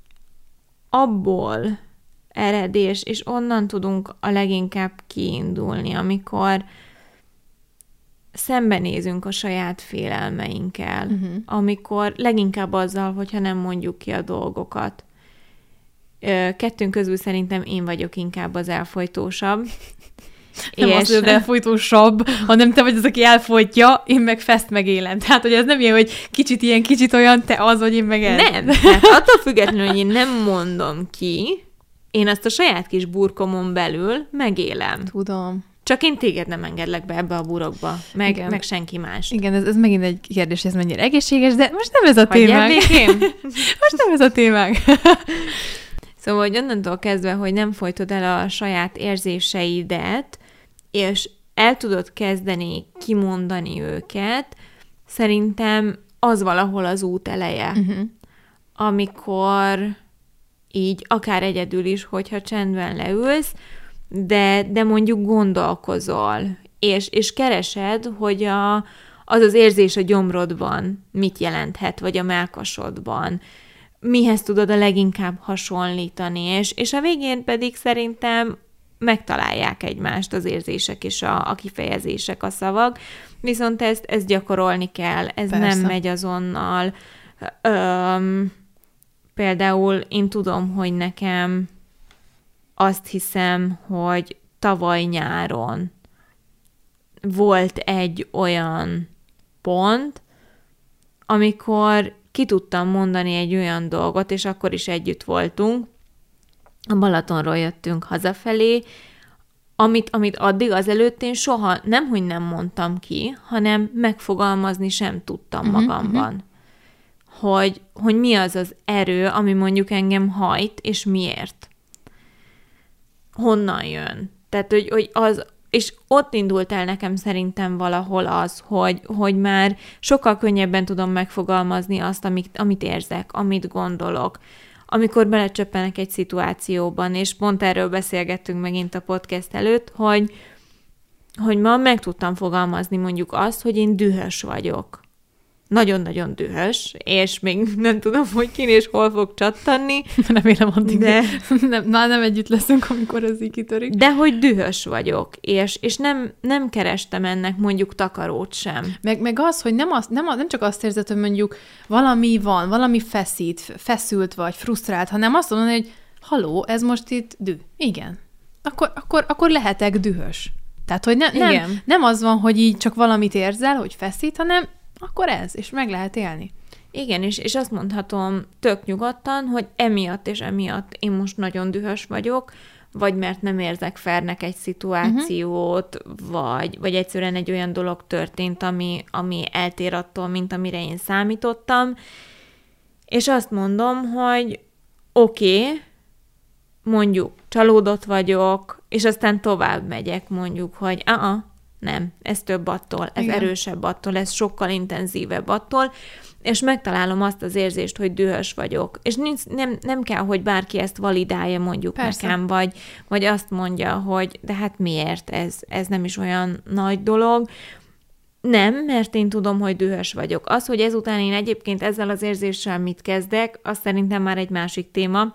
abból ered, és onnan tudunk a leginkább kiindulni, amikor szembenézünk a saját félelmeinkkel, amikor leginkább azzal, hogyha nem mondjuk ki a dolgokat. Kettőnk közül szerintem én vagyok inkább az elfojtósabb. Nem az, hogy elfojtósabb, hanem te vagy az, aki elfojtja, én meg fest megélem. Tehát, hogy ez nem ilyen, hogy kicsit olyan, te az vagy, én meg ez. Nem, tehát attól függetlenül, hogy én nem mondom ki, én azt a saját kis burkomon belül megélem. Tudom. Csak én téged nem engedlek be ebbe a burokba, meg senki más. Igen, ez megint egy kérdés, ez mennyire egészséges, de most nem ez a témánk. Most nem ez a témánk. Szóval, hogy onnantól kezdve, hogy nem folytod el a saját érzéseidet, és el tudod kezdeni kimondani őket, szerintem az valahol az út eleje. Amikor így, akár egyedül is, hogyha csendben leülsz, de mondjuk gondolkozol, és keresed, hogy az érzés a gyomrodban mit jelenthet, vagy a mellkasodban, mihez tudod a leginkább hasonlítani, és a végén pedig szerintem megtalálják egymást az érzések és a kifejezések, a szavak, viszont ezt gyakorolni kell, ez Persze. nem megy azonnal. Például én tudom, hogy nekem azt hiszem, hogy tavaly nyáron volt egy olyan pont, amikor ki tudtam mondani egy olyan dolgot, és akkor is együtt voltunk. A Balatonról jöttünk hazafelé, amit addig azelőtt én soha nemhogy nem mondtam ki, hanem megfogalmazni sem tudtam magamban. Hogy mi az az erő, ami mondjuk engem hajt, és miért. Honnan jön. Tehát, hogy az, és ott indult el nekem szerintem valahol az, hogy már sokkal könnyebben tudom megfogalmazni azt, amit érzek, amit gondolok. Amikor belecsöppenek egy szituációban, és pont erről beszélgettünk megint a podcast előtt, hogy ma meg tudtam fogalmazni mondjuk azt, hogy én dühös vagyok. Nagyon-nagyon dühös, és még nem tudom, hogy kin és hol fog csattanni. Remélem addig, de nem együtt leszünk, amikor ez így kitörik. De hogy dühös vagyok, és nem kerestem ennek mondjuk takarót sem. Meg az, hogy nem csak azt érzed, hogy mondjuk valami van, valami feszült vagy, frusztrált, hanem azt mondani, hogy haló, ez most itt düh. Igen. Akkor lehetek dühös. Tehát, hogy nem az van, hogy így csak valamit érzel, hogy feszít, hanem akkor ez, és meg lehet élni. Igen, és azt mondhatom tök nyugodtan, hogy emiatt és emiatt én most nagyon dühös vagyok, vagy mert nem érzek fairnek egy szituációt, vagy egyszerűen egy olyan dolog történt, ami eltér attól, mint amire én számítottam, és azt mondom, hogy oké, mondjuk csalódott vagyok, és aztán tovább megyek, mondjuk, hogy nem, ez több attól, ez erősebb attól, ez sokkal intenzívebb attól, és megtalálom azt az érzést, hogy dühös vagyok. És nem kell, hogy bárki ezt validálja mondjuk nekem, vagy azt mondja, hogy de hát miért, ez nem is olyan nagy dolog. Nem, mert én tudom, hogy dühös vagyok. Az, hogy ezután én egyébként ezzel az érzéssel mit kezdek, az szerintem már egy másik téma,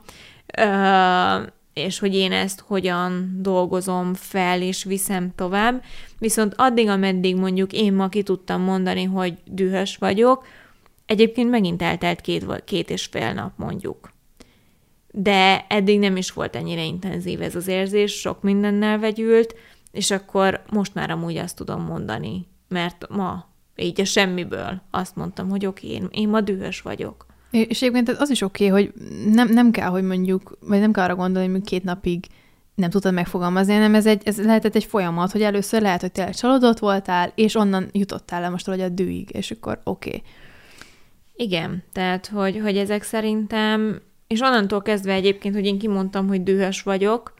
és hogy én ezt hogyan dolgozom fel, és viszem tovább. Viszont addig, ameddig mondjuk én ma ki tudtam mondani, hogy dühös vagyok, egyébként megint eltelt 2,5 nap mondjuk. De eddig nem is volt ennyire intenzív ez az érzés, sok mindennel vegyült, és akkor most már amúgy azt tudom mondani, mert ma így a semmiből azt mondtam, hogy oké, én ma dühös vagyok. És egyébként az is oké, hogy nem kell, hogy mondjuk, vagy nem kell arra gondolni, hogy 2 napig nem tudtad megfogalmazni, hanem ez lehetett egy folyamat, hogy először lehet, hogy tényleg csalódott voltál, és onnan jutottál le most valahogy a dühig, és akkor oké. Igen, tehát, hogy ezek szerintem, és onnantól kezdve egyébként, hogy én kimondtam, hogy dühös vagyok,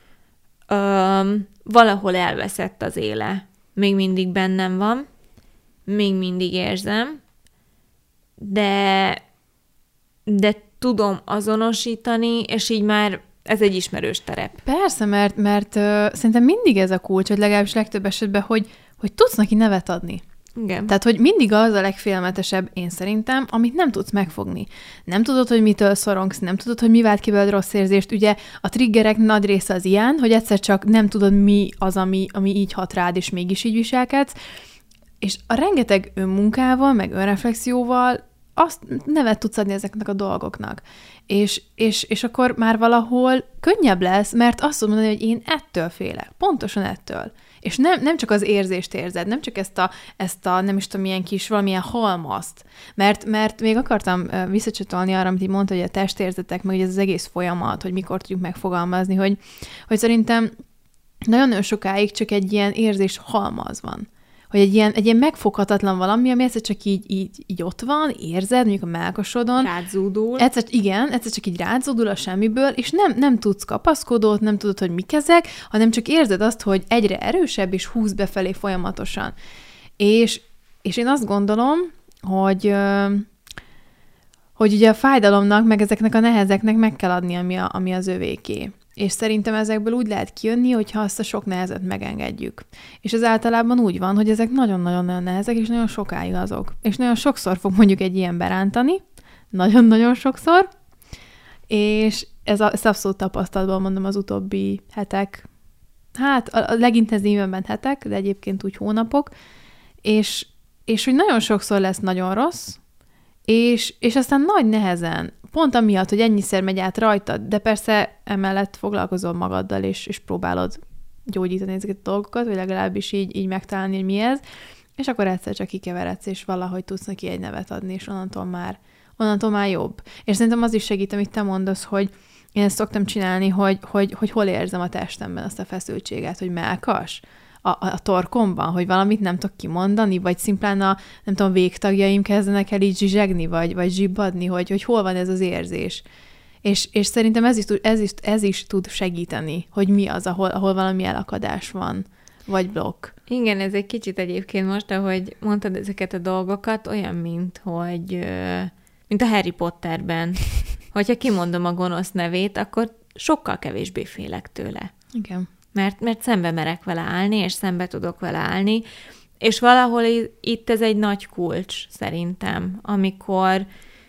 valahol elveszett az éle. Még mindig bennem van, még mindig érzem, de tudom azonosítani, és így már ez egy ismerős terep. Persze, mert szerintem mindig ez a kulcs, vagy legalábbis legtöbb esetben, hogy tudsz neki nevet adni. Igen. Tehát, hogy mindig az a legfélelmetesebb, én szerintem, amit nem tudsz megfogni. Nem tudod, hogy mitől szorongsz, nem tudod, hogy mi vált ki belőled rossz érzést. Ugye a triggerek nagy része az ilyen, hogy egyszer csak nem tudod, mi az, ami így hat rád, és mégis így viselkedsz. És a rengeteg önmunkával, meg önreflexióval azt nevet tudsz adni ezeknek a dolgoknak. És akkor már valahol könnyebb lesz, mert azt tudod mondani, hogy én ettől félek. Pontosan ettől. És nem csak az érzést érzed, nem csak ezt a nem is tudom, milyen kis valamilyen halmazt. Mert még akartam visszacsatolni arra, amit így mondta, hogy a testérzetek, meg ez az egész folyamat, hogy mikor tudjuk megfogalmazni, hogy szerintem nagyon-nagyon sokáig csak egy ilyen érzés halmaz van. Hogy egy ilyen megfoghatatlan valami, ami egyszer csak így ott van, érzed, mondjuk a mellkasodon. Rádzúdul. Egyszer csak így rádzúdul a semmiből, és nem tudsz kapaszkodót, nem tudod, hogy mik ezek, hanem csak érzed azt, hogy egyre erősebb, és húz befelé folyamatosan. És én azt gondolom, hogy ugye a fájdalomnak, meg ezeknek a nehezeknek meg kell adni, ami az övéké. És szerintem ezekből úgy lehet kijönni, hogyha azt a sok nehezet megengedjük. És ez általában úgy van, hogy ezek nagyon-nagyon nehezek, és nagyon sokáig azok. És nagyon sokszor fog mondjuk egy ilyen berántani, nagyon-nagyon sokszor, és ezt abszolút tapasztalatban mondom az utóbbi hetek, hát a legintenzívebben hetek, de egyébként úgy hónapok, és hogy nagyon sokszor lesz nagyon rossz, és aztán nagy nehezen, pont amiatt, hogy ennyiszer megy át rajtad, de persze emellett foglalkozol magaddal, és próbálod gyógyítani ezeket a dolgokat, vagy legalábbis így megtalálni, hogy mi ez, és akkor egyszer csak kikeveredsz, és valahogy tudsz neki egy nevet adni, és onnantól már jobb. És szerintem az is segít, amit te mondasz, hogy én ezt szoktam csinálni, hogy hol érzem a testemben azt a feszültséget, hogy mellkas, a torkomban, hogy valamit nem tudok kimondani, vagy szimplán nem tudom, végtagjaim kezdenek el így zsizsegni, vagy zsibbadni, hogy hol van ez az érzés. És szerintem ez is tud segíteni, hogy mi az, ahol valami elakadás van, vagy blokk. Igen, ez egy kicsit egyébként most, ahogy mondtad ezeket a dolgokat, olyan, mint a Harry Potterben. Hogyha kimondom a gonosz nevét, akkor sokkal kevésbé félek tőle. Igen. Mert szembe merek vele állni, és szembe tudok vele állni, és valahol itt ez egy nagy kulcs szerintem, amikor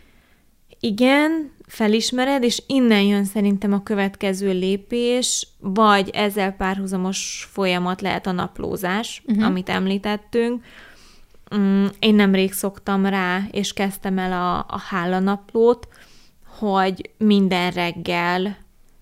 igen, felismered, és innen jön szerintem a következő lépés, vagy ezzel párhuzamos folyamat lehet a naplózás, amit említettünk. Én nemrég szoktam rá, és kezdtem el a hálanaplót, hogy minden reggel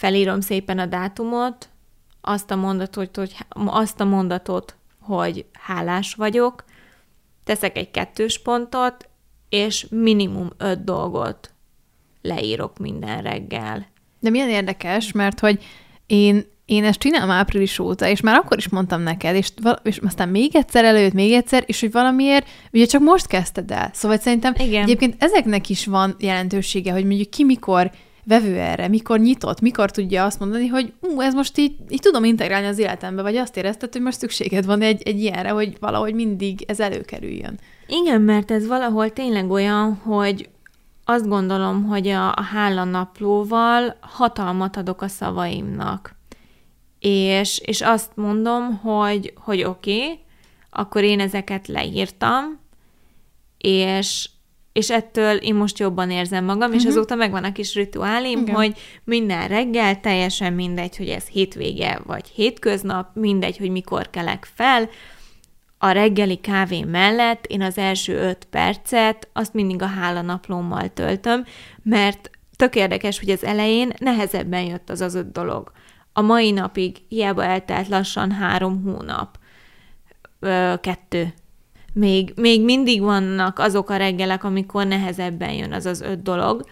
felírom szépen a dátumot, azt a mondatot, hogy hálás vagyok, teszek egy 2 pontot, és minimum 5 dolgot leírok minden reggel. De milyen érdekes, mert hogy én ezt csinálom április óta, és már akkor is mondtam neked, és aztán még egyszer előjött, és hogy valamiért, ugye csak most kezdted el. Szóval szerintem egyébként ezeknek is van jelentősége, hogy mondjuk ki mikor vevő erre, mikor nyitott, mikor tudja azt mondani, hogy ez most így tudom integrálni az életembe, vagy azt érezted, hogy most szükséged van egy ilyenre, hogy valahogy mindig ez előkerüljön. Igen, mert ez valahol tényleg olyan, hogy azt gondolom, hogy a hálanaplóval hatalmat adok a szavaimnak. És azt mondom, hogy oké, akkor én ezeket leírtam, és ettől én most jobban érzem magam, és azóta megvan a kis rituálim, igen, hogy minden reggel, teljesen mindegy, hogy ez hétvége vagy hétköznap, mindegy, hogy mikor kelek fel, a reggeli kávé mellett én az első 5 percet azt mindig a hálanaplómmal töltöm, mert tök érdekes, hogy az elején nehezebben jött az 5 dolog. A mai napig hiába eltelt lassan 3 hónap, 2. Még mindig vannak azok a reggelek, amikor nehezebben jön az 5 dolog,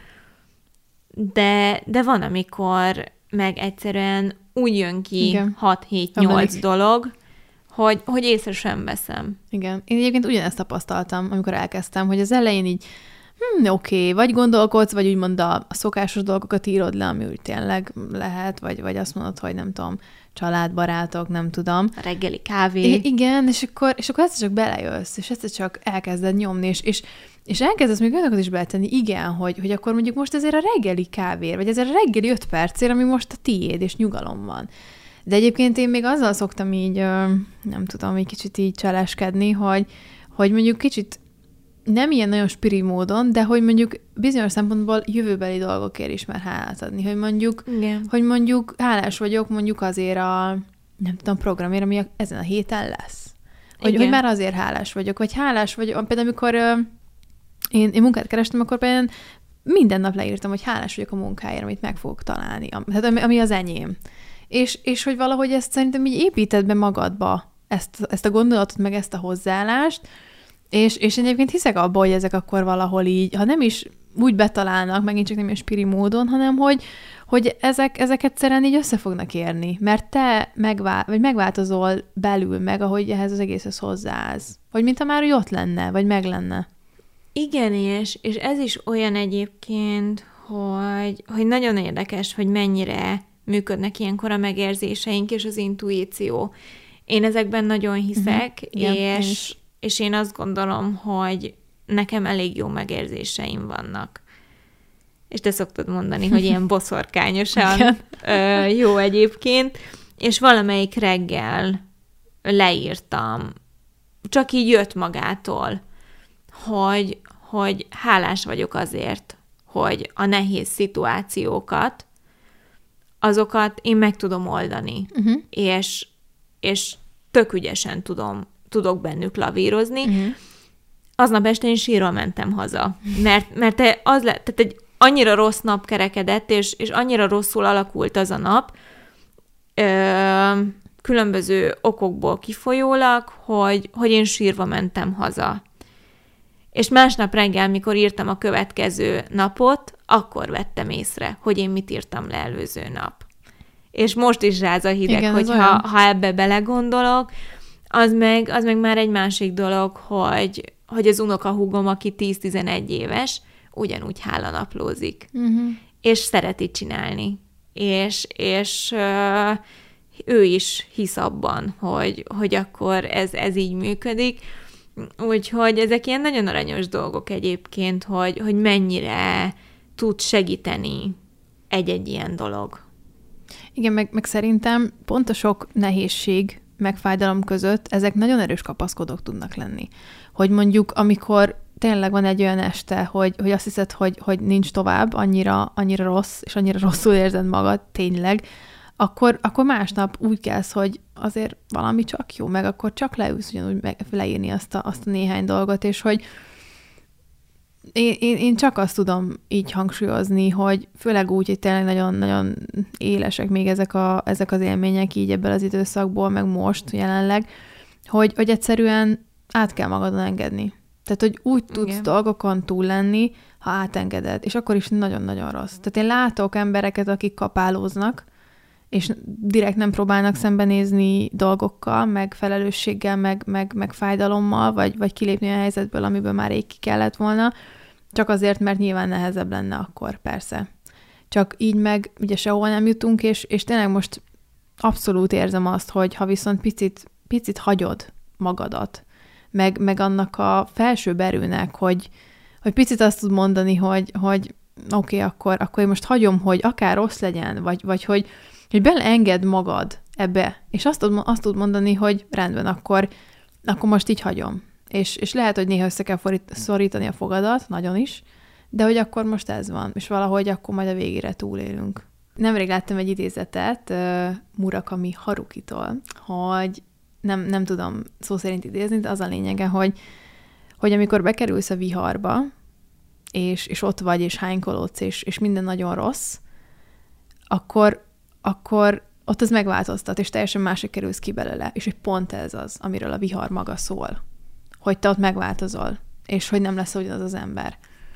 de van, amikor meg egyszerűen úgy jön ki 6-7-8 dolog, hogy észre sem veszem. Igen. Én egyébként ugyanezt tapasztaltam, amikor elkezdtem, hogy az elején így oké, vagy gondolkodsz, vagy úgymond a szokásos dolgokat írod le, ami úgy tényleg lehet, vagy azt mondod, hogy nem tudom, családbarátok, nem tudom. A reggeli kávé. Igen, és akkor egyszer csak belejössz, és egyszer csak elkezded nyomni, és elkezdesz még olyanokat is beletenni, igen, hogy akkor mondjuk most ezért a reggeli kávér, vagy ezért a reggeli 5 percért, ami most a tiéd, és nyugalom van. De egyébként én még azzal szoktam így, nem tudom, egy kicsit így cseleskedni, hogy mondjuk kicsit nem ilyen nagyon spiri módon, de hogy mondjuk bizonyos szempontból jövőbeli dolgokért is már hálát adni, hogy mondjuk hálás vagyok mondjuk azért nem tudom, programért, ami ezen a héten lesz. Hogy már azért hálás vagyok, vagy hálás vagyok, például amikor én munkát kerestem, akkor például minden nap leírtam, hogy hálás vagyok a munkáért, amit meg fogok találni, ami az enyém. És hogy valahogy ezt szerintem így építed be magadba, ezt a gondolatot, meg ezt a hozzáállást, és én egyébként hiszek abba, hogy ezek akkor valahol így, ha nem is úgy betalálnak, megint csak nem ilyen spiri módon, hanem hogy ezek egyszerűen így össze fognak érni, mert te megváltozol belül meg, ahogy ehhez az egészhez hozzáállsz. Vagy mintha már úgy ott lenne, vagy meg lenne. Igen, és ez is olyan egyébként, hogy nagyon érdekes, hogy mennyire működnek ilyenkor a megérzéseink és az intuíció. Én ezekben nagyon hiszek, és én azt gondolom, hogy nekem elég jó megérzéseim vannak. És te szoktad mondani, hogy ilyen boszorkányosan jó egyébként, és valamelyik reggel leírtam, csak így jött magától, hogy hálás vagyok azért, hogy a nehéz szituációkat, azokat én meg tudom oldani, és tök ügyesen tudok bennük lavírozni. Aznap este én sírva mentem haza, mert tehát egy annyira rossz nap kerekedett, és annyira rosszul alakult az a nap, különböző okokból kifolyólag, hogy én sírva mentem haza. És másnap reggel, mikor írtam a következő napot, akkor vettem észre, hogy én mit írtam le előző nap. És most is ráz a hideg, igen, hogy ha ebbe belegondolok, az meg már egy másik dolog, hogy az unokahúgom, aki 10-11 éves, ugyanúgy hálanaplózik. És szereti csinálni. És ő is hisz abban, hogy akkor ez így működik. Úgyhogy ezek ilyen nagyon aranyos dolgok egyébként, hogy mennyire tud segíteni egy-egy ilyen dolog. Igen, meg szerintem pont a sok nehézség, meg fájdalom között ezek nagyon erős kapaszkodók tudnak lenni. Hogy mondjuk, amikor tényleg van egy olyan este, hogy azt hiszed, hogy nincs tovább, annyira rossz, és annyira rosszul érzed magad, tényleg, akkor másnap úgy kelsz, hogy azért valami csak jó, meg akkor csak leülsz ugyanúgy leírni azt a néhány dolgot, és hogy Én csak azt tudom így hangsúlyozni, hogy főleg úgy, hogy tényleg nagyon-nagyon élesek még ezek az élmények így ebből az időszakból, meg most jelenleg, hogy egyszerűen át kell magadon engedni. Tehát, hogy úgy tudsz dolgokon túl lenni, ha átengeded, és akkor is nagyon-nagyon rossz. Tehát én látok embereket, akik kapálóznak, és direkt nem próbálnak szembenézni dolgokkal, meg felelősséggel, meg fájdalommal, vagy kilépni a helyzetből, amiből már rég ki kellett volna, csak azért, mert nyilván nehezebb lenne akkor, persze. Csak így meg ugye sehol nem jutunk, és tényleg most abszolút érzem azt, hogy ha viszont picit hagyod magadat, meg annak a felsőbb erőnek, hogy picit azt tud mondani, hogy oké, akkor én most hagyom, hogy akár rossz legyen, vagy hogy beleengedd magad ebbe, és azt tud mondani, hogy rendben, akkor most így hagyom. És lehet, hogy néha össze kell szorítani a fogadat, nagyon is, de hogy akkor most ez van, és valahogy akkor majd a végére túlélünk. Nemrég láttam egy idézetet Murakami Harukitól, hogy nem tudom szó szerint idézni, de az a lényege, hogy amikor bekerülsz a viharba, és ott vagy, és hánykolódsz, és minden nagyon rossz, akkor ott az megváltoztat, és teljesen másra kerülsz ki belőle, és hogy pont ez az, amiről a vihar maga szól. Hogy te ott megváltozol, és hogy nem lesz ugyanaz az ember.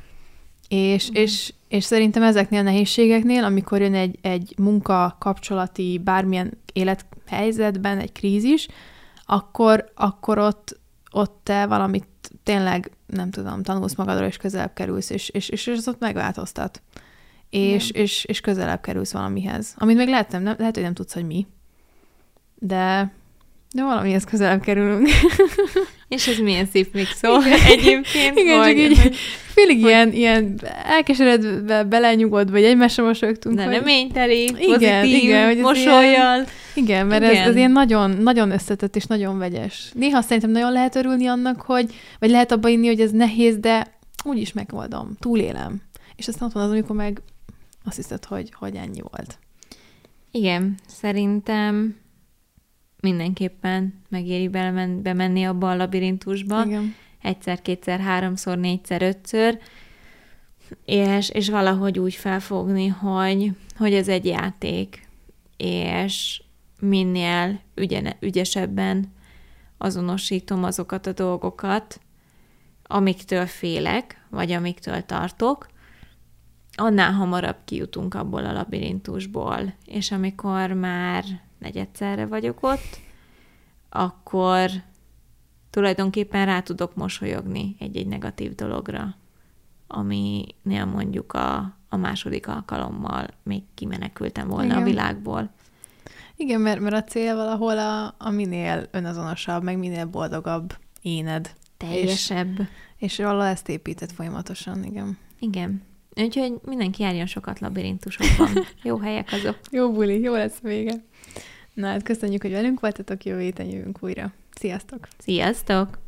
És szerintem ezeknél a nehézségeknél, amikor jön egy munka, kapcsolati, bármilyen élethelyzetben egy krízis, akkor ott te valamit tényleg, nem tudom, tanulsz magadról, és közelebb kerülsz, és az ott megváltoztat. És közelebb kerülsz valamihez. Amit még lehet, hogy nem tudsz, hogy mi. De valamihez közelebb kerülünk. És ez milyen szép mix szó egyébként. Igen, csak így félig ilyen elkeseredve belenyugodva, vagy egymásra mosolyogtunk. De reményteli, pozitív, mosollyal. Igen, mert ez ilyen nagyon, nagyon összetett és nagyon vegyes. Néha szerintem nagyon lehet örülni annak, vagy lehet abba inni, hogy ez nehéz, de úgyis megoldom, túlélem. És aztán ott van az, amikor meg azt hiszed, hogy ennyi volt. Igen, szerintem mindenképpen megéri bemenni abba a labirintusba. Igen. Egyszer, kétszer, háromszor, négyszer, ötször, és valahogy úgy felfogni, hogy ez egy játék, és minél ügyesebben azonosítom azokat a dolgokat, amiktől félek, vagy amiktől tartok, annál hamarabb kijutunk abból a labirintusból. És amikor már negyedszerre vagyok ott, akkor tulajdonképpen rá tudok mosolyogni egy negatív dologra, aminél mondjuk a második alkalommal még kimenekültem volna Igen. a világból. Igen, mert a cél valahol a minél önazonosabb, meg minél boldogabb éned. Teljesebb. És valahol ezt épített folyamatosan, igen. Igen. Úgyhogy mindenki járjon sokat labirintusokban. Jó helyek azok. Jó buli, jó lesz a vége. Na hát köszönjük, hogy velünk voltatok, jövő héten jövünk újra. Sziasztok! Sziasztok!